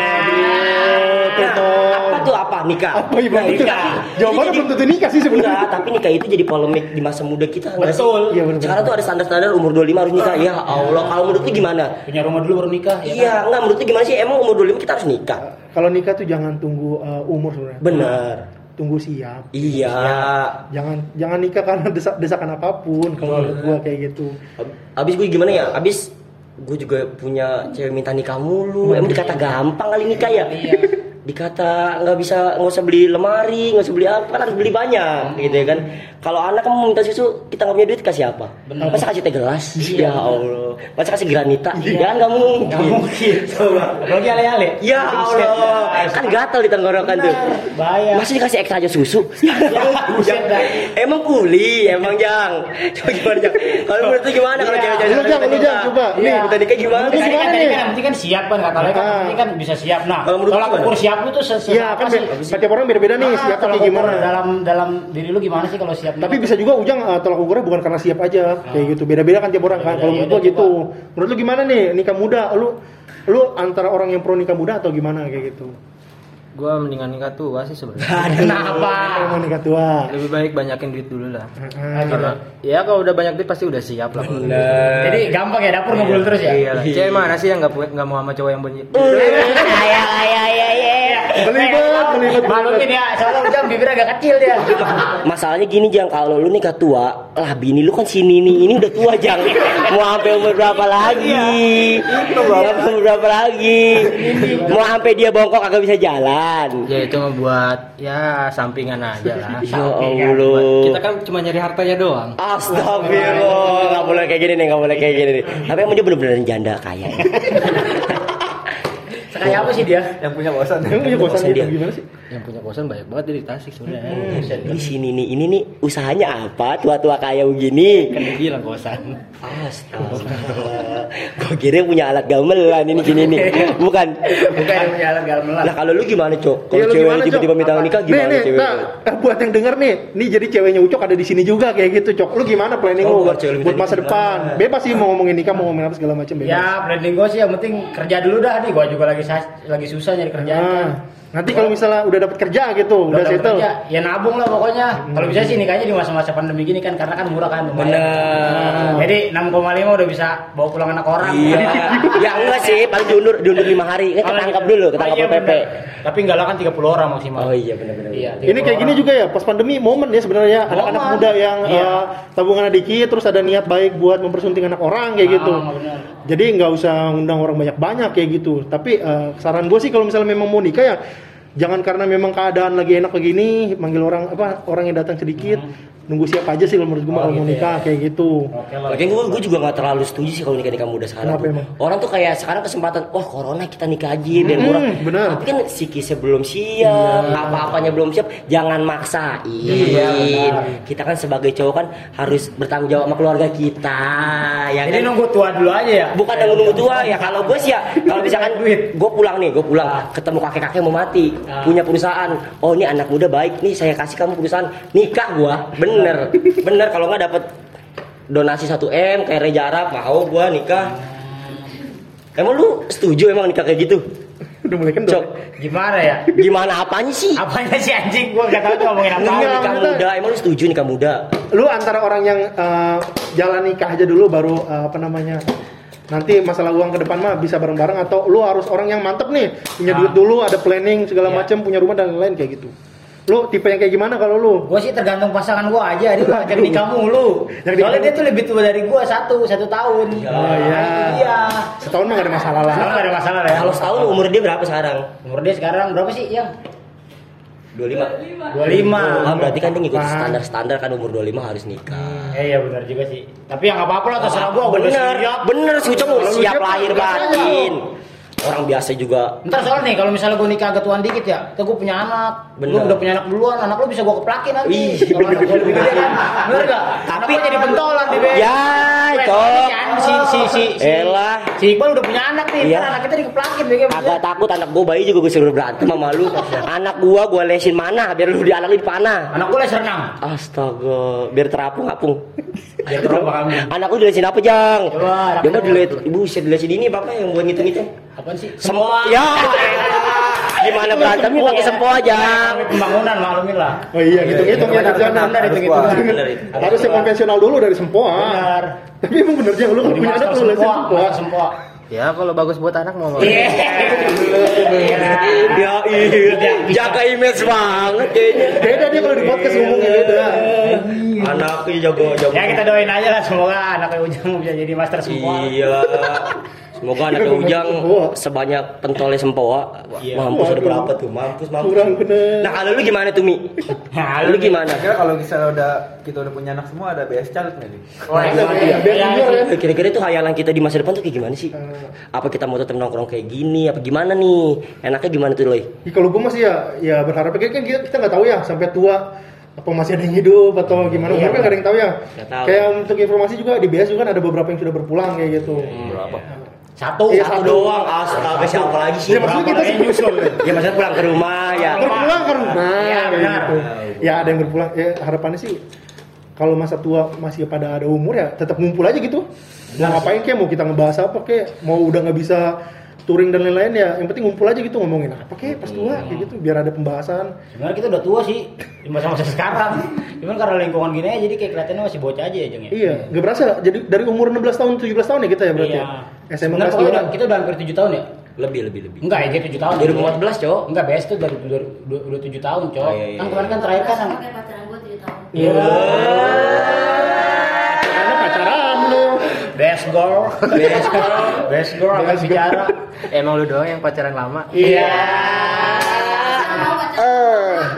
Nah, apa tuh apa nikah? apa ya belum tentu? Nikah. Jawabannya Jadi- belum tentu nikah sih sebenarnya. Enggak, tapi nikah itu jadi polemik di masa muda kita enggak sih? Betul. Iya benar. Sekarang tuh ada standar-standar umur dua puluh lima harus nikah. Ya Allah, kalau menurut lu gimana? Punya rumah dulu baru nikah ya. Iya, enggak menurut lu gimana sih? Emang umur dua puluh lima kita harus nikah? Kalau nikah tuh jangan tunggu eh, umur sebenarnya. Benar. Tunggu siap. Iya. Jangan jangan nikah karena desak, desakan apapun kalau menurut gua kayak gitu. Abis gue gimana ya? Abis gue juga punya cewek minta nikah mulu. Emang dikata gampang kali nikah ya? Iya. Dikata nggak bisa, nggak usah beli lemari, nggak usah beli apa, kan harus beli banyak gitu ya kan. Kalau anak kamu mau minta susu, kita nggak punya duit, kasih apa? Benar. Masa kasih teh gelas? Ya Allah. Masa kasih granita? Ya kan nggak mungkin. Nggak mungkin. Coba. Apalagi ale-ale. Ya Allah. Kan gatal di tenggorokan tuh. Bahaya. Masih dikasih ekstra aja susu? Buset dah. Emang kuli, emang Jang. Coba gimana Jang? Kalau menurut lu gimana kalau Iya. cewek-cewek Lu Jang, lu Jang, coba. Nih, Iya. minta nikah gimana? Lu Kan gimana tadi nih? kan yang penting kan siap kan katanya kan Ah. yang penting kan bisa siap. Nah, Kalau menurut tolak lu ukur gimana? siap lu tuh se- Iya apa kan sih? be- setiap orang beda-beda nih Nah, siap tolak kayak ukur gimana. dalam dalam diri lu gimana sih kalau siap? Tapi bisa juga Ujang uh, tolak ukurnya bukan karena siap aja kayak gitu. Beda-beda kan tiap orang kan. Kalau Beda-beda, menurut gua iya, gitu. Menurut lu gimana nih nikah muda? Lu lu antara orang yang pro nikah muda atau gimana kayak gitu? Gua mendingan nikah tua sih sebenarnya. Kalau mau nikah tua. Lebih baik banyakin duit dulu lah. Ah, Karena ya kalau udah banyak duit pasti udah siap lah. Jadi gampang ya dapur ngebul terus ya. Iya lah. Cewek mana sih yang nggak pu- nggak mau sama cowok yang bunyi? Ayah, ayah, ayah, ayah. Belibet, belibet, Malumin ya, soalnya Ujang bibir agak kecil dia. Masalahnya gini Jang, kalau lu nikah tua, lah bini lu kan si Nini ini udah tua Jang. Mau sampai umur berapa lagi? Mau sampai umur berapa lagi? Mau sampai dia bongkok agak bisa jalan. Ya itu mah buat ya sampingan aja lah. Ya Allah. Kita kan cuma nyari hartanya doang. Astagfirullah, nggak boleh kayak gini nih, nggak boleh kayak gini nih. Tapi emang dia bener-bener janda kaya. Ya? Kayak apa sih dia? Yang punya kosan. Emang punya kosan Kosan gitu dia. gimana sih? Yang punya kosan banyak banget di Tasik sebenarnya. Ini si Nini ini nih usahanya apa? Tua-tua kaya begini. Kan dia bilang kosan. Astaga. Gue kira punya alat gamelan ini gini nih. Bukan. Bukan yang punya alat gamelan. Nah kalau lu gimana Cok? Kalau Iya, lu cewek gimana, tiba-tiba Cok? minta Apa? nikah Nih, gimana nih, cewek? nah, eh, buat yang denger nih, nih jadi ceweknya Ucok ada di sini juga kayak gitu, Cok. Lu gimana planning Oh, lu buat buat, cewek lu buat minta masa nikah depan? Bebas sih mau ngomongin nikah, mau ngomongin apa segala macam bebas. Ya, planning gue sih yang penting kerja dulu dah nih. Gue juga lagi sa- lagi susah nyari kerjaan. Nah, kan. nanti kalau misalnya udah dapat kerja gitu, udah, dapet settle. kerja, ya nabung lah pokoknya. Kalau bisa sih nikahnya di masa-masa pandemi gini kan karena kan murah kan lumayan. Bener. Jadi enam koma lima udah bisa bawa pulang anak orang. Iya. Ya enggak sih, paling diundur diundur lima hari. Kan Kalau ketangkap gitu. dulu, ketangkap Oh, iya, P P. bener. Tapi enggak lah kan tiga puluh orang maksimal. Oh iya benar-benar. Iya, Ini kayak gini juga ya, pas pandemi momen ya sebenarnya anak-anak Momen. muda yang Iya. eh, tabungannya dikit terus ada niat baik buat mempersunting anak orang kayak gitu. Ah, benar. Jadi nggak usah undang orang banyak-banyak kayak gitu. Tapi eh, saran gue sih kalau misalnya memang mau nikah ya jangan karena memang keadaan lagi enak begini manggil orang apa orang yang datang sedikit. Nunggu siap aja sih kalau menurut gue Oh, kalau mau gitu nikah ya. kayak gitu. Oke lah. Lagian gue gue juga nggak terlalu setuju sih kalau nikah nikah muda sekarang. Kenapa tuh. emang? Orang tuh kayak sekarang kesempatan, wah corona kita nikah aja biar Hmm, murah. benar. Tapi kan psikisnya belum siap, apa-apanya belum siap, jangan maksain. Iya, benar. Kita kan sebagai cowok kan harus bertanggung jawab sama keluarga kita, ya Jadi kan? nunggu tua dulu aja ya. Bukan nunggu nunggu tua ya. Kalau gue sih ya, kalau misalkan duit, gue pulang nih, gue pulang ketemu kakek kakek mau mati, Ah. punya perusahaan. Oh ini anak muda baik nih, saya kasih kamu perusahaan, nikah gue, bener. Bener, bener kalau nggak dapat donasi satu M kayak Reza Arab mau gua nikah. Emang lu setuju emang nikah kayak gitu? Udah mulai kendor. Cok, Gimana ya? gimana apanya sih? Apanya sih anjing? Gua enggak tahu tuh ngomongin apa. Enggak. Nikah kita- muda, emang lu setuju nikah muda? Lu antara orang yang eh, jalan nikah aja dulu baru eh, apa namanya, nanti masalah uang ke depan mah bisa bareng-bareng, atau lu harus orang yang mantep nih, punya Ah. duit dulu, ada planning segala Iya. macam, punya rumah dan lain-lain kayak gitu. Lu tipe yang kayak gimana kalau lu? Gua sih tergantung pasangan gua aja, dia ngajak nikah mulu. Yang Soalnya nikah- dia tuh lebih tua dari gua satu, satu tahun. Oh iya. Iya. Setahun mah gak ada masalah lah. Sekarang gak ada masalah ya. Kalau setahun umur dia berapa sekarang? Umur dia sekarang berapa sih, Yang? dua puluh lima. dua puluh lima. Ah, berarti kan dia ngikut Wah. standar-standar kan umur dua puluh lima harus nikah. Eh iya benar juga sih. Tapi yang enggak apa-apa lah terserah gua, gua udah Bener, siap. bener sih Ucok Kalau lu siap siap, lahir gas aja. batin. Orang biasa juga. Ntar soal nih kalau misalnya gue nikah agak tuan dikit ya, ntar gue punya anak, Bener. lu udah punya anak duluan, anak lu bisa gue keplakin nanti. Wih, Kalau anak gue lebih gede kan, bener gak? Tapi Tapi- jadi pentolan di bawah. Ya, Cok. Si si si si Elah. si Iqbal udah punya anak nih, Iya. ntar anak kita dikeplakin begini. Agak takut anak gua bayi juga gue suruh berantem sama lu. Anak gua gua lesin mana biar lu di anak lu dipanah. Anak gue les renang. Astaga, biar terapung-apung. Biar terapung kami. Anak lu dilesin apa, Jang? Coba, Dia mah anak- dilet, ibu bisa dilesin ini Bapak yang buat ngitung-ngitung. Apaan sih? Sempoa. Ya. elah. Gimana berantemnya pakai sempoa, Jang? Kami pembangunan maklumin lah. Oh iya, hitung-hitung ya Benar, kerjaan. benar, Harus hitung-hitung. gua. Benar itu. Harus yang konvensional dulu dari sempoa. Benar. Tapi emang bener Jang, lu kalau Di punya anak master lu lesin sempoa, sempoa. master sempoa. Ya kalau bagus buat anak mau. Iya. Ya iya. Jaga image banget kayaknya. Beda dia kalau di podcast ngomongnya beda. Anaknya jago jago. Ya kita doain aja lah semoga anaknya Ujang bisa jadi master sempoa. Iya. Semoga anaknya Ujang sebanyak pentolnya sempoa. Iya. Mampus ada berapa tuh? Mampus mampus. Kurang bener. Nah kalau lu gimana tuh Mi? Nah, Lu gimana? Kira kalau misalnya udah kita udah punya anak semua ada B S caleg nggak nih? Oh, Ada, iya, biar iya, jujur ya. Eh, Kira-kira tuh hayalan kita di masa depan tuh kayak gimana sih? Apa kita mau tetap nongkrong kayak gini? Apa gimana nih? Enaknya gimana tuh Loy? Ya, kalau gue masih ya, ya berharap kan kita kita nggak tahu ya sampai tua apa masih ada yang hidup atau gimana, umur kan nggak ada yang tahu ya. Nggak tahu. Kayak untuk informasi juga di B S juga kan ada beberapa yang sudah berpulang kayak gitu. Berapa? Satu, Iya, Satu satu. doang. Astaga siapa lagi sih? Ya maksudnya kita sih nyusul. Ya maksudnya pulang ke rumah ya. Berpulang ke rumah. Iya, kayak benar. gitu. Ya ada yang berpulang. Ya harapannya sih kalau masa tua masih pada ada umur ya tetap ngumpul aja gitu. Mau ngapain kayak, mau kita ngebahas apa kayak, mau udah nggak bisa touring dan lain-lain ya, yang penting ngumpul aja gitu, ngomongin apa kayak pas tua kayak gitu biar ada pembahasan. Sebenarnya kita udah tua sih di masa-masa sekarang. Cuman karena lingkungan gini aja jadi kayak kelihatannya masih bocah aja ya, Jeng ya. Iya, nggak berasa. Jadi dari umur enam belas tahun, tujuh belas tahun ya kita ya berarti. Iya. Ya? S M A Sebenarnya kelas pokoknya dua. udah- kita udah hampir tujuh tahun ya. Lebih lebih lebih. Enggak ya, dia tujuh tahun. dua ribu empat belas, Cok. Enggak, B S tuh dari udah, udah, udah tujuh tahun, Cok. Oh, iya, iya. Kan kemarin kan terakhir kan Pakai pacaran gue tujuh tahun. Iya. Karena pacaran lu. Best girl. Best girl. Best girl akan Best girl. bicara. Emang lu doang yang pacaran lama. Iya. Sekarang mau pacaran.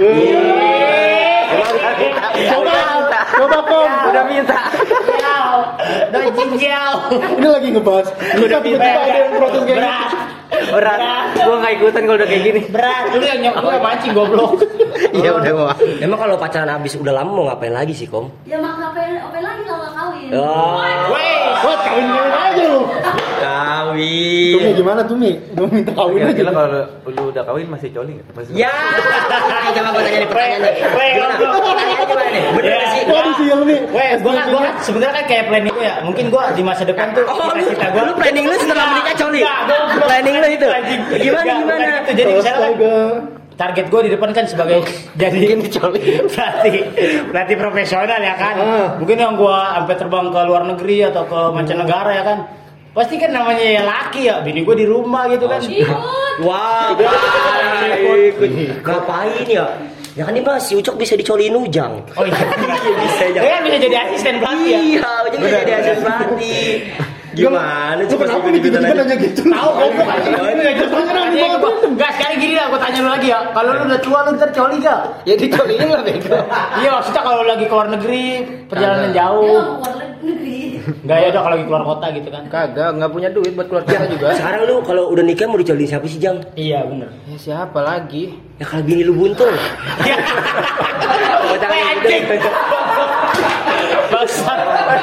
Coba, coba kom. Udah minta. Jauh. Udah jinjau. Ini lagi ngebahas. Kita tiba-tiba ada yang protes kayak gitu. Berat. Gua nggak ikutan kalau udah kayak gini. Berat. Lu yang nyok lu yang mancing goblok. Iya udah gua. Emang kalau pacaran abis udah lama mau ngapain lagi sih, Kom? Ya mak ngapain ngapain lagi kalau nggak kawin? Oh. Weh. Wah, kawin-kawin aja lu. Kawin. Tumi gimana Tumi? Lu minta kawin aja. Kira-kira kalau lu udah kawin masih coli nggak? Masih. Ya. Coba gua tanya nih pertanyaan nih. Weh, Gimana? goblok. Pertanyaan gimana nih? Bener nggak sih? Waduh sial nih. Weh, gua kan gua kan sebenarnya kan kayak planning gua ya. Mungkin gua di masa depan tuh Oh, lu, cita-cita gua. lu planning lu setelah menikah coli? Enggak, goblok. Planning lu itu? Anjing. Gimana Enggak, bukan gimana? gitu. Jadi misalnya kan Astaga. target gue di depan kan sebagai jadi pelatih pelatih profesional ya kan. Ah. Mungkin yang gue sampai terbang ke luar negeri atau ke mancanegara ya kan. Pasti kan namanya ya laki ya, bini gue di rumah gitu kan. Ikut. Wah, ikut. Ngapain ya? Ya kan ini mah si Ucok bisa dicoliin Ujang. Oh iya, Bisa aja. dia kan bisa jadi asisten pelatih ya. Iya, Ujang bisa jadi asisten pelatih. Gimana Lu sih kenapa pas nih ikut-ikutan tiba-tiba aja? nanya gitu? Tahu goblok anjing. Enggak, sekarang gini lah gue tanya lu lagi ya. Kalau lu udah tua lu ntar coli gak? Ya dicoliin lah bego. Iya maksudnya kalau lagi keluar negeri perjalanan Dia jauh. nggak mau keluar negeri. Enggak ya udah kalau lagi keluar kota gitu kan. Kagak, nggak punya duit buat keluar kita juga. Sekarang lu kalau udah nikah mau dicoliin siapa sih, Jang? Iya bener. Ya siapa lagi? Ya kalau bini lu buntung. Weh, anjing. Bangsat.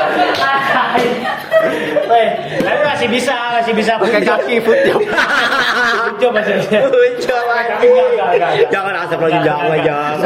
Weh, tapi masih bisa, masih bisa Pakai kaki foot job. Foot job masih bisa. Coba. Jangan asap lagi jangan jangan.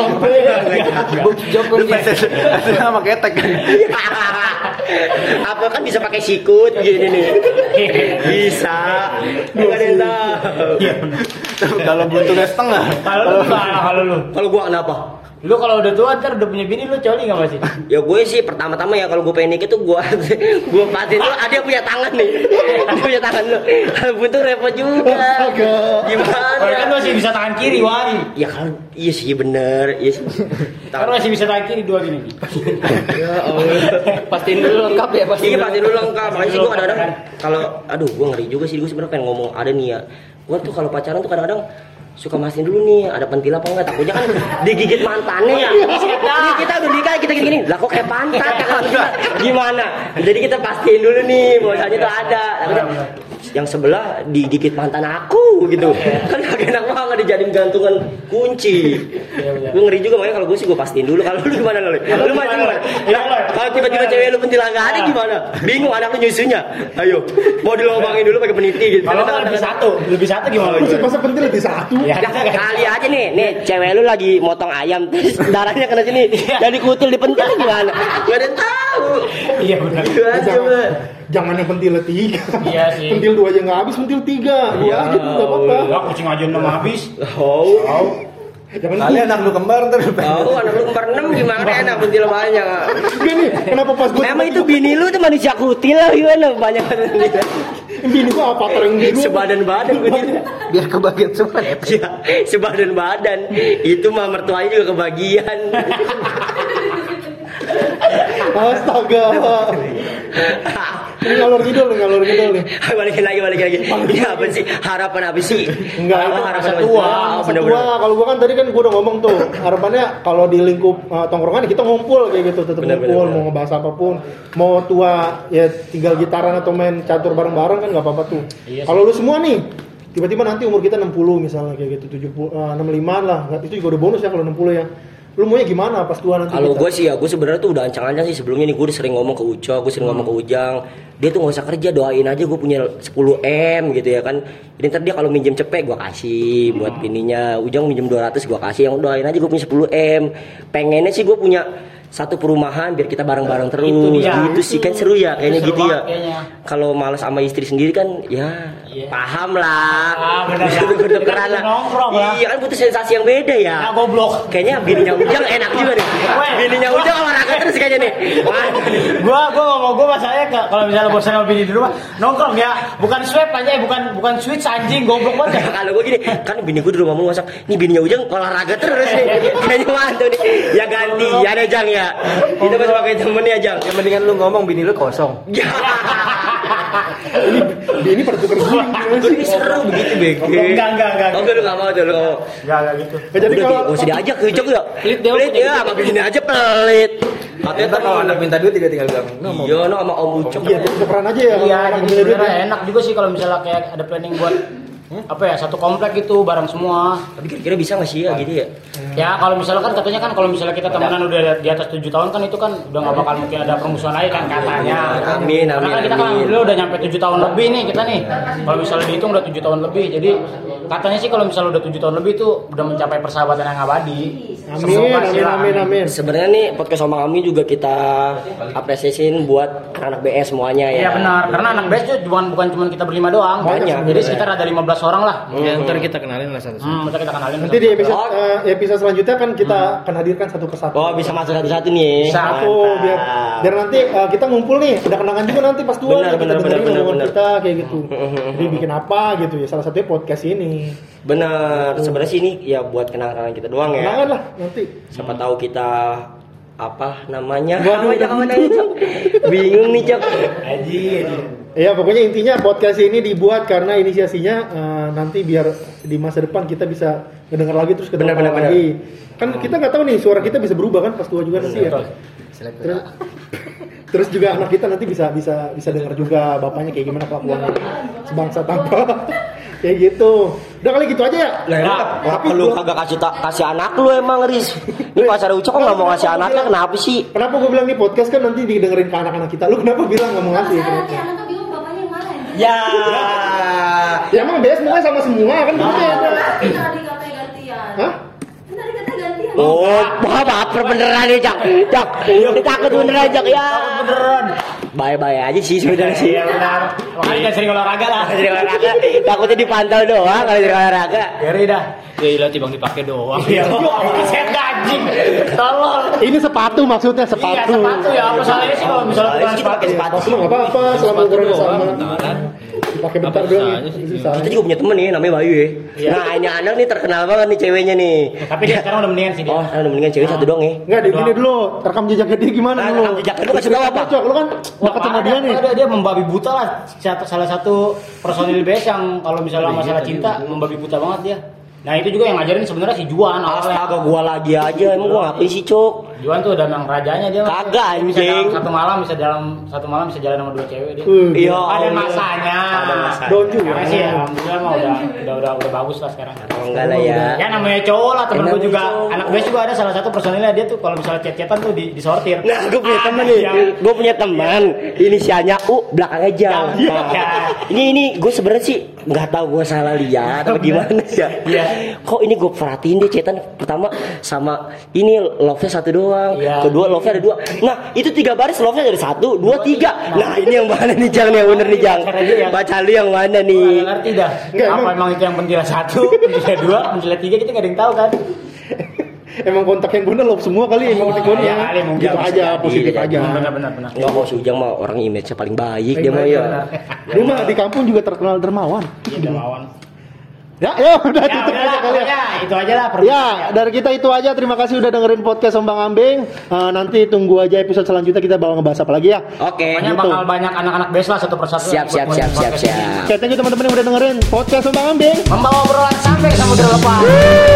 Job lu sama ketek kan. Apa kan bisa pakai sikut gini nih. Bisa. Enggak ada yang tahu. Kalau buntutnya setengah. Kalau lu salah kalau lu. Kalau gua kenapa? Lu kalau udah tua ntar udah punya bini lu coli enggak masih? Ya gue sih pertama-tama ya kalau gue pengen nikah tuh gue gue pastiin dulu ada yang punya tangan nih, ada punya tangan lu. Kalau buntu repot juga. Gimana? Kan masih bisa tangan kiri Wan. Ya kalau iya sih bener, iya sih. Kan masih bisa tangan kiri dua gini. Ya Allah. Pastiin dulu lengkap ya, pastiin. Iya pastiin dulu lengkap. Makanya sih gue kadang-kadang kalau aduh gue ngeri juga sih gue sebenarnya pengen ngomong ada nih ya. Gue tuh kalau pacaran tuh kadang-kadang suka mastiin dulu nih ada pentil apa enggak, takutnya kan digigit mantannya ya. Ini kita udah nikah kita gini, lah kok kayak pantat ya, gimana? Jadi kita pastiin dulu nih bahwasanya tuh ada. Takutnya yang sebelah digigit mantan aku gitu, kan gak enak banget dijadiin gantungan kunci. Gue ngeri juga, makanya kalau gue sih gue pastiin dulu. Kalau lu gimana lu? Lu masih gimana? Kalau tiba-tiba cewek lu pentil nggak ada gimana? Bingung anak lu nyusunya. Ayo mau dilobangin dulu pakai peniti gitu. Kalau kan lebih satu, lebih satu gimana? Masa pentil lebih satu? Ya, Ya, kali aja nih, nih cewek lu lagi motong ayam terus darahnya kena sini, jadi kutil di pentil gimana? Gak ada yang tahu. Iya benar. Gitu aja, Jangan, Mbak. jangan yang pentil tiga. Iya sih. Pentil dua aja nggak habis, pentil tiga. Dua Ya, aja tuh nggak apa-apa. Lah kucing aja enam habis. Oh, Jangan Kali anak lu kembar ntar. oh, anak lu kembar enam gimana enak pentil banyak. Enggak nih, kenapa pas gue Emang itu bini lu tuh manusia kutil lah gimana banyak pentil. bini gue avatar yang biru. Sebadan-badan pentil. Biar kebagian semua ya. Ya, sebadan-badan. Itu mah mertuanya juga kebagian. Astaga. Ini ngalor ngidul nih, ngalor ngidul nih. Balikin lagi, balikin lagi. Ini apa sih? Harapan apa sih? Enggak, itu harapan masa apa? tua. Oh, Masa bener-bener. tua, kalau gua kan tadi kan gua udah ngomong tuh harapannya kalau di lingkup uh, tongkrongan kita ngumpul kayak gitu, tetap Bener, ngumpul, bener, mau ngebahas apapun, mau tua ya tinggal gitaran atau main catur bareng-bareng kan nggak apa-apa tuh. Iya sih. Kalau lu semua nih tiba-tiba nanti umur kita enam puluh misalnya kayak gitu, tujuh puluh, uh, enam puluh lima lah, itu juga udah bonus ya kalau enam puluh ya. Lu maunya gimana pas tua nanti? Kalau kita? gue sih ya, gue sebenarnya tuh udah ancang-ancang sih sebelumnya nih. Gue udah sering ngomong ke Uco, gue sering ngomong ke Ujang. Dia tuh nggak usah kerja, doain aja gue punya sepuluh M gitu ya kan. Jadi ntar dia kalau minjem cepet gue kasih buat bininya. Ujang minjem dua ratus gue kasih, yang doain aja gue punya sepuluh M. Pengennya sih gue punya satu perumahan biar kita bareng-bareng terus. Itu dia. Gitu sih kan seru ya kayaknya Seru gitu ya. banget kayaknya. Kalau malas sama istri sendiri kan ya Iya. paham lah. Ah, benar lah. Itu kedokteran Kita lah. nongkrong lah. Iya kan butuh sensasi yang beda ya. Nah, goblok. Kayaknya bininya Ujang enak juga nih. Weh. Bininya Ujang olahraga terus kayaknya nih. Wah. Gua gua ngomong gua masalahnya ke- kalau misalnya bosan sama bini di rumah nongkrong ya, bukan swab aja, bukan bukan switch anjing goblok banget. Kalau gue gini, kan bini gue di rumah mulu masak. Nih bininya Ujang olahraga terus nih. Kayaknya mantu nih. Ya ganti, ya ada Jang ya. Kita masih pakai temen ya Jang. Yang mendingan lu ngomong bini lu kosong. Ya. Ini pada tukar guling gimana sih? Ini seru begitu bego. Enggak, enggak, enggak. Oh, enggak lu enggak mau tuh lu. Enggak enggak gitu. Eh, jadi Udah, kalau nggak usah diajak ke Ujang ya. Pelit dia, Pelit ya, sama bini aja pelit. Katanya ntar kalau anak minta duit dia tinggal bilang, "Ngomong." Iya, no sama Om Ucok. iya tukeran aja ya. Iya, kalau jadi punya duit ya. sebenarnya enak juga sih kalau misalnya kayak ada planning buat apa ya, satu komplek gitu bareng semua. Tapi kira-kira bisa nggak sih ya gitu ya? Ya kalau misalnya kan katanya kan kalau misalnya kita temenan udah di atas tujuh tahun kan itu kan udah nggak bakal mungkin ada permusuhan lagi kan katanya. Amin, Karena amin, kan kita kan amin. dulu udah nyampe tujuh tahun lebih nih kita nih. Kalau misalnya dihitung udah tujuh tahun lebih. Jadi katanya sih kalau misalnya udah tujuh tahun lebih itu udah mencapai persahabatan yang abadi. Amin, Semoga sih amin, lah. amin, amin. Sebenarnya nih podcast sama kami juga kita apresiasiin buat anak-anak B S semuanya ya. Iya benar, karena anak B S itu bukan bukan cuma kita berlima doang. Banyak. Jadi sekitar ada lima belas orang lah. Ya, ntar kita kenalin lah satu-satu. Hmm, kita kita kenalin. Nanti di episode Oh. eh, episode selanjutnya kan kita akan hadirkan satu persatu. Oh bisa masuk satu-satu nih. Bisa. Satu biar biar nanti eh, kita ngumpul nih, ada kenangan juga nanti pas tua Benar, kita benar, dengerin benar, omongan benar. kita kayak gitu. Jadi bikin apa gitu ya, salah satunya podcast ini. Bener. Sebenarnya sih ini ya buat kenangan kita doang ya. Kenangan lah nanti. Siapa tahu kita apa namanya? Waduh, Apa jangan namanya, Cok? Bingung nih Cok. Aji, aji. Ya pokoknya intinya podcast ini dibuat karena inisiasinya eh, nanti biar di masa depan kita bisa mendengar lagi terus ketemu Benar, benar, lagi. Kan kita nggak tahu nih suara kita bisa berubah kan pas tua juga nanti ya. Terus, terus juga anak kita nanti bisa bisa bisa dengar juga bapaknya kayak gimana kelakuannya sebangsa tanpa. Kayak gitu. Udah kali gitu aja ya. Nah, tapi lu kagak kasih tak kasih anak lu emang Riz. Ini pacar Ucok kok nggak mau ngasih anaknya, kenapa sih? Kenapa gue bilang nih podcast kan nanti didengerin ke anak-anak kita. Lu kenapa bilang nggak mau ngasih? Masa Kenapa? nanti anaknya bingung bapaknya yang mana ya? Ya. Ya emang biasa semuanya sama semua kan beda. Tapi tadi katanya gantian. Hah? Tadi katanya gantian. Oh, wah baper beneran nih Jak. Jak, takut beneran Jak ya. Beneran. Bye-bye aja sih sebenarnya sih. Iya benar. Makanya jangan sering olahraga lah. Sering olahraga, takutnya dipantau doang kalau sering olahraga. Geri dah. Ya ilah timbang dipakai doang. Iya. Saya anjing. Tolong. Ini sepatu maksudnya Iya sepatu. sepatu ya. Apa salahnya sih kalau misalnya bukan sepatu? Pakai sepatu sih. Emang nggak apa-apa selama ukurannya sama. Tangan. Pakai bentar Apa doang. susahnya sih? Susah. Kita juga punya temen nih namanya Bayu ya. Iya. Nah ini anak nih terkenal banget nih ceweknya nih. Tapi dia sekarang udah mendingan sih dia. Oh, sekarang mendingan cewek satu dong ya. Enggak, di gini dulu. Rekam jejaknya dia gimana Nah, dulu? rekam jejaknya lu kasih tahu apa? Cok, lu kan dekat sama dia nih. Ada dia membabi buta lah. Satu- Salah satu personil B S yang kalau misalnya masalah cinta membabi buta banget dia. Nah itu juga yang ngajarin sebenarnya si Juan awalnya. Astaga gua lagi aja, emang gua ngapain sih Cok? Juan tuh udah memang rajanya dia. Kagak, Dia bisa anjing. dalam satu malam bisa dalam satu malam bisa jalan sama dua cewek dia. Uh, Iya. Ada Allah. masanya. Ada masanya. Daun juga. Sekarang sih alhamdulillah mah udah udah udah udah bagus lah sekarang. Oh, enggak lah ya. Ya namanya cowok lah temen Namanya gue juga. cowok. Anak gue juga ada salah satu personilnya dia tuh kalau misalnya chat-chatan tuh di disortir. Nah, gue punya Ada temen nih, yang- gue punya teman, inisialnya U, belakangnya Jam. Iya. Nah, ini ini gue sebenarnya sih nggak tahu gue salah lihat atau gimana ya. Iya. Kok ini gue perhatiin dia chatan pertama sama ini love-nya satu doang, Iya. kedua love-nya ada dua. Nah itu tiga baris love-nya dari satu, dua, tiga. Nah ini yang mana nih Jang nih yang bener nih Jang? Baca lu yang mana Gua nih? nggak ngerti dah. Nggak, Apa emang- emang itu yang pentil satu, pentil dua, pentil tiga kita nggak ada yang tahu kan? Emang kontak yang bener lo semua kali emang kontak iya kali, mungkin gitu bisa aja jadi, positif bisa aja. jadi. Benar benar benar. Enggak kok si Ujang mah orang image-nya paling baik dia mah Baik-baik, ya. benar. Dia mah di kampung juga terkenal dermawan. Iya dermawan. Ya, ya udah Ya tutup udah aja lah, kali ya. pokoknya itu aja lah. Ya, dari kita itu aja. Terima kasih udah dengerin podcast Ombang Ambing. Eh, nanti tunggu aja episode selanjutnya kita bakal ngebahas apa lagi ya. Oke. Pokoknya gitu. bakal banyak anak-anak base lah satu persatu. Siap siap siap siap siap. Oke, thank you teman-teman yang udah dengerin podcast Ombang Ambing. Membawa obrolan sampai ke samudera lepas.